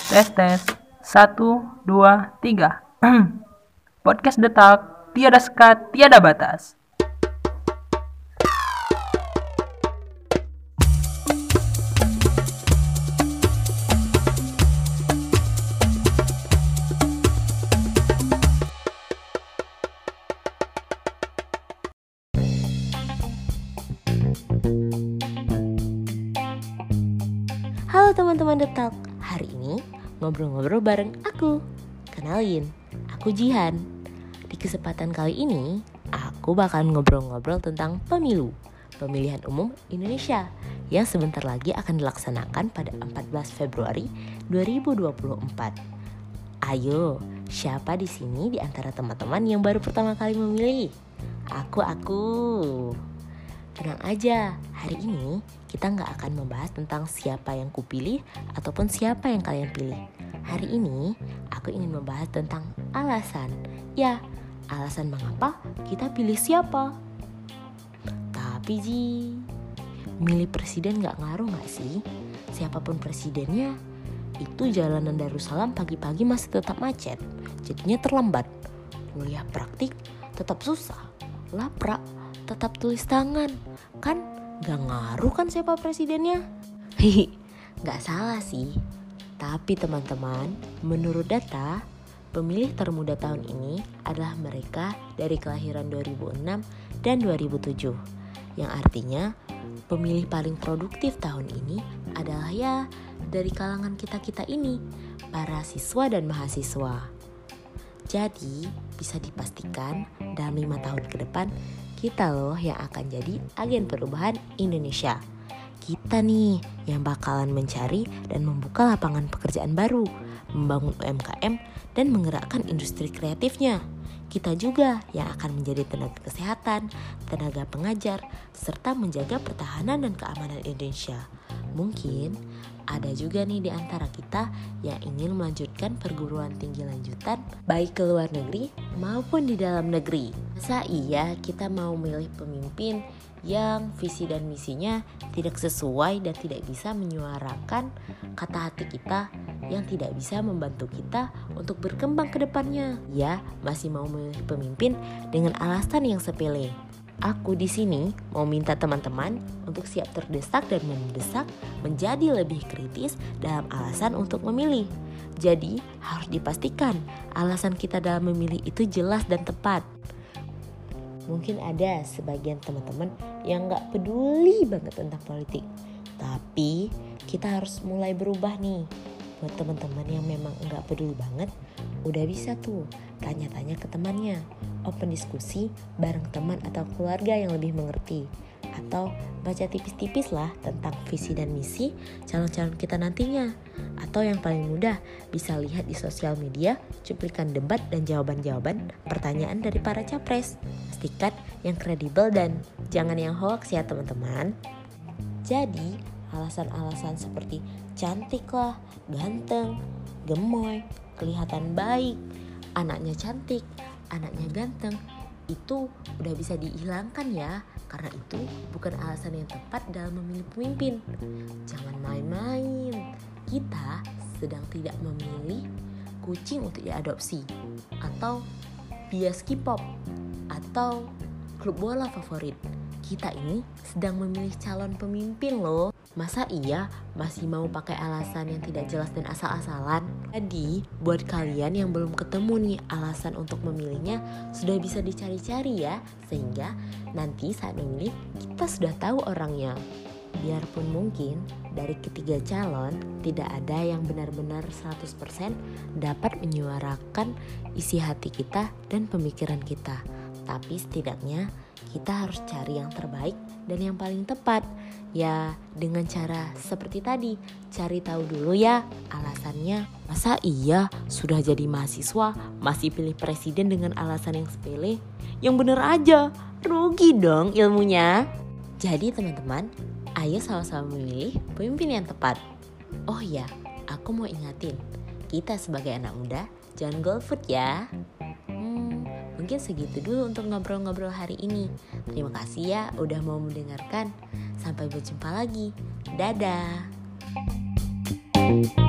Tes tes. 1, 2, 3. Podcast Detak, tiada sekat, tiada batas. Halo teman-teman Detak, hari ini ngobrol-ngobrol bareng aku. Kenalin, aku Jihan. Di kesempatan kali ini, aku bakal ngobrol-ngobrol tentang pemilu, pemilihan umum Indonesia yang sebentar lagi akan dilaksanakan pada 14 Februari 2024. Ayo, siapa di sini di antara teman-teman yang baru pertama kali memilih? Aku. Tenang aja, hari ini kita nggak akan membahas tentang siapa yang kupilih ataupun siapa yang kalian pilih. Hari ini aku ingin membahas tentang alasan. Ya, alasan mengapa kita pilih siapa. Tapi milih presiden nggak ngaruh nggak sih? Siapapun presidennya, itu jalanan Darussalam pagi-pagi masih tetap macet, jadinya terlambat. Kuliah praktik tetap susah, laprak tetap tulis tangan. Kan gak ngaruh kan siapa presidennya? Gak salah sih. Tapi teman-teman, menurut data, pemilih termuda tahun ini adalah mereka dari kelahiran 2006 dan 2007. Yang artinya, pemilih paling produktif tahun ini adalah ya dari kalangan kita-kita ini, para siswa dan mahasiswa. Jadi, bisa dipastikan dalam 5 tahun ke depan, kita loh yang akan jadi agen perubahan Indonesia. Kita nih yang bakalan mencari dan membuka lapangan pekerjaan baru, membangun UMKM dan menggerakkan industri kreatifnya. Kita juga yang akan menjadi tenaga kesehatan, tenaga pengajar, serta menjaga pertahanan dan keamanan Indonesia. Mungkin ada juga nih di antara kita yang ingin melanjutkan perguruan tinggi lanjutan baik ke luar negeri maupun di dalam negeri. Masa iya kita mau milih pemimpin yang visi dan misinya tidak sesuai dan tidak bisa menyuarakan kata hati kita, yang tidak bisa membantu kita untuk berkembang ke depannya? Ya, masih mau memilih pemimpin dengan alasan yang sepele. Aku di sini mau minta teman-teman untuk siap terdesak dan mendesak menjadi lebih kritis dalam alasan untuk memilih. Jadi harus dipastikan alasan kita dalam memilih itu jelas dan tepat. Mungkin ada sebagian teman-teman yang gak peduli banget tentang politik. Tapi kita harus mulai berubah nih. Buat teman-teman yang memang gak peduli banget, udah bisa tuh tanya-tanya ke temannya, open diskusi bareng teman atau keluarga yang lebih mengerti, atau baca tipis-tipis lah tentang visi dan misi calon-calon kita nantinya. Atau yang paling mudah, bisa lihat di sosial media cuplikan debat dan jawaban-jawaban pertanyaan dari para capres. Pastikan yang kredibel dan jangan yang hoax ya teman-teman. Jadi alasan-alasan seperti cantik lah, ganteng, gemoy, kelihatan baik, anaknya cantik, anaknya ganteng, itu udah bisa dihilangkan ya, karena itu bukan alasan yang tepat dalam memilih pemimpin. Jangan main-main. Kita sedang tidak memilih kucing untuk diadopsi, atau bias K-pop, atau klub bola favorit. Kita ini sedang memilih calon pemimpin loh. Masa iya masih mau pakai alasan yang tidak jelas dan asal-asalan? Jadi buat kalian yang belum ketemu nih alasan untuk memilihnya, sudah bisa dicari-cari ya, sehingga nanti saat memilih kita sudah tahu orangnya. Biarpun mungkin dari ketiga calon tidak ada yang benar-benar 100% dapat menyuarakan isi hati kita dan pemikiran kita, tapi setidaknya kita harus cari yang terbaik dan yang paling tepat. Ya dengan cara seperti tadi, cari tahu dulu ya alasannya. Masa iya sudah jadi mahasiswa masih pilih presiden dengan alasan yang sepele? Yang bener aja, rugi dong ilmunya. Jadi teman-teman, ayo sama-sama memilih pemimpin yang tepat. Oh ya, aku mau ingatin, kita sebagai anak muda jangan golput ya. Mungkin segitu dulu untuk ngobrol-ngobrol hari ini. Terima kasih ya udah mau mendengarkan. Sampai berjumpa lagi. Dadah.